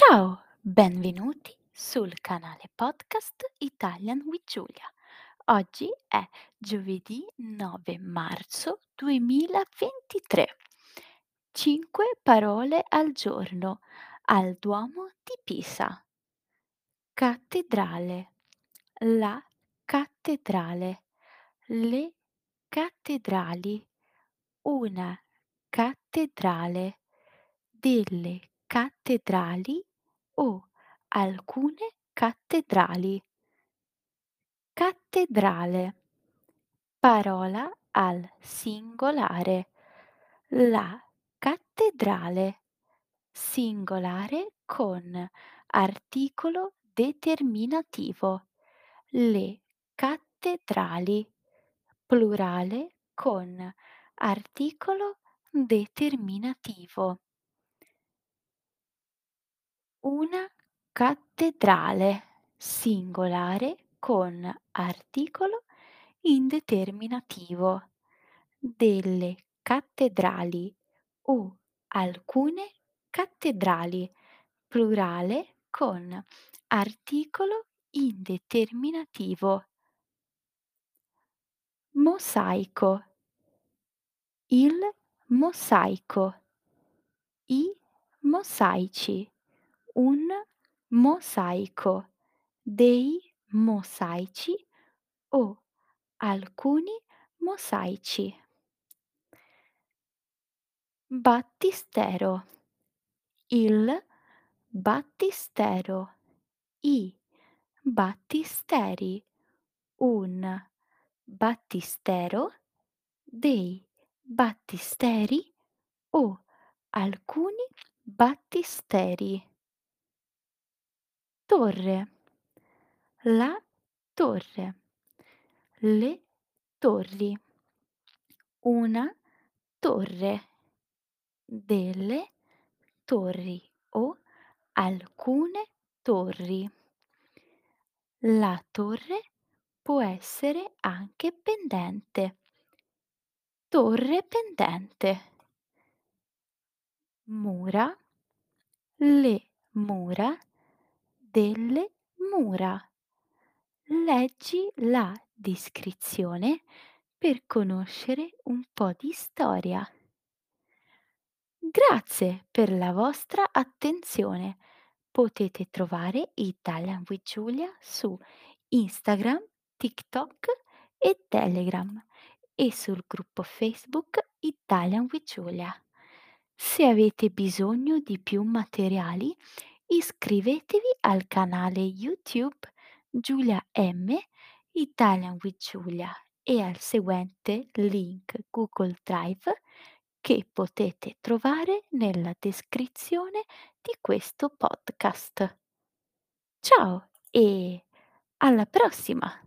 Ciao, benvenuti sul canale podcast Italian with Giulia. Oggi è giovedì 9 marzo 2023. 5 parole al giorno al Duomo di Pisa. Cattedrale, la cattedrale, le cattedrali, una cattedrale, delle cattedrali o alcune cattedrali. Cattedrale, parola al singolare. La cattedrale, singolare con articolo determinativo. Le cattedrali, plurale con articolo determinativo. Una cattedrale, singolare con articolo indeterminativo. Delle cattedrali o alcune cattedrali, plurale con articolo indeterminativo. Mosaico, il mosaico, i mosaici, un mosaico, dei mosaici o alcuni mosaici. Battistero, il battistero, i battisteri, un battistero, dei battisteri o alcuni battisteri. Torre, la torre, le torri, una torre, delle torri o alcune torri. La torre può essere anche pendente. Torre pendente. Mura, le mura, delle mura. Leggi la descrizione per conoscere un po' di storia. Grazie per la vostra attenzione. Potete trovare Italian with Giulia su Instagram, TikTok e Telegram e sul gruppo Facebook Italian with Giulia. Se avete bisogno di più materiali, iscrivetevi al canale YouTube Giulia M Italian with Giulia e al seguente link Google Drive che potete trovare nella descrizione di questo podcast. Ciao e alla prossima!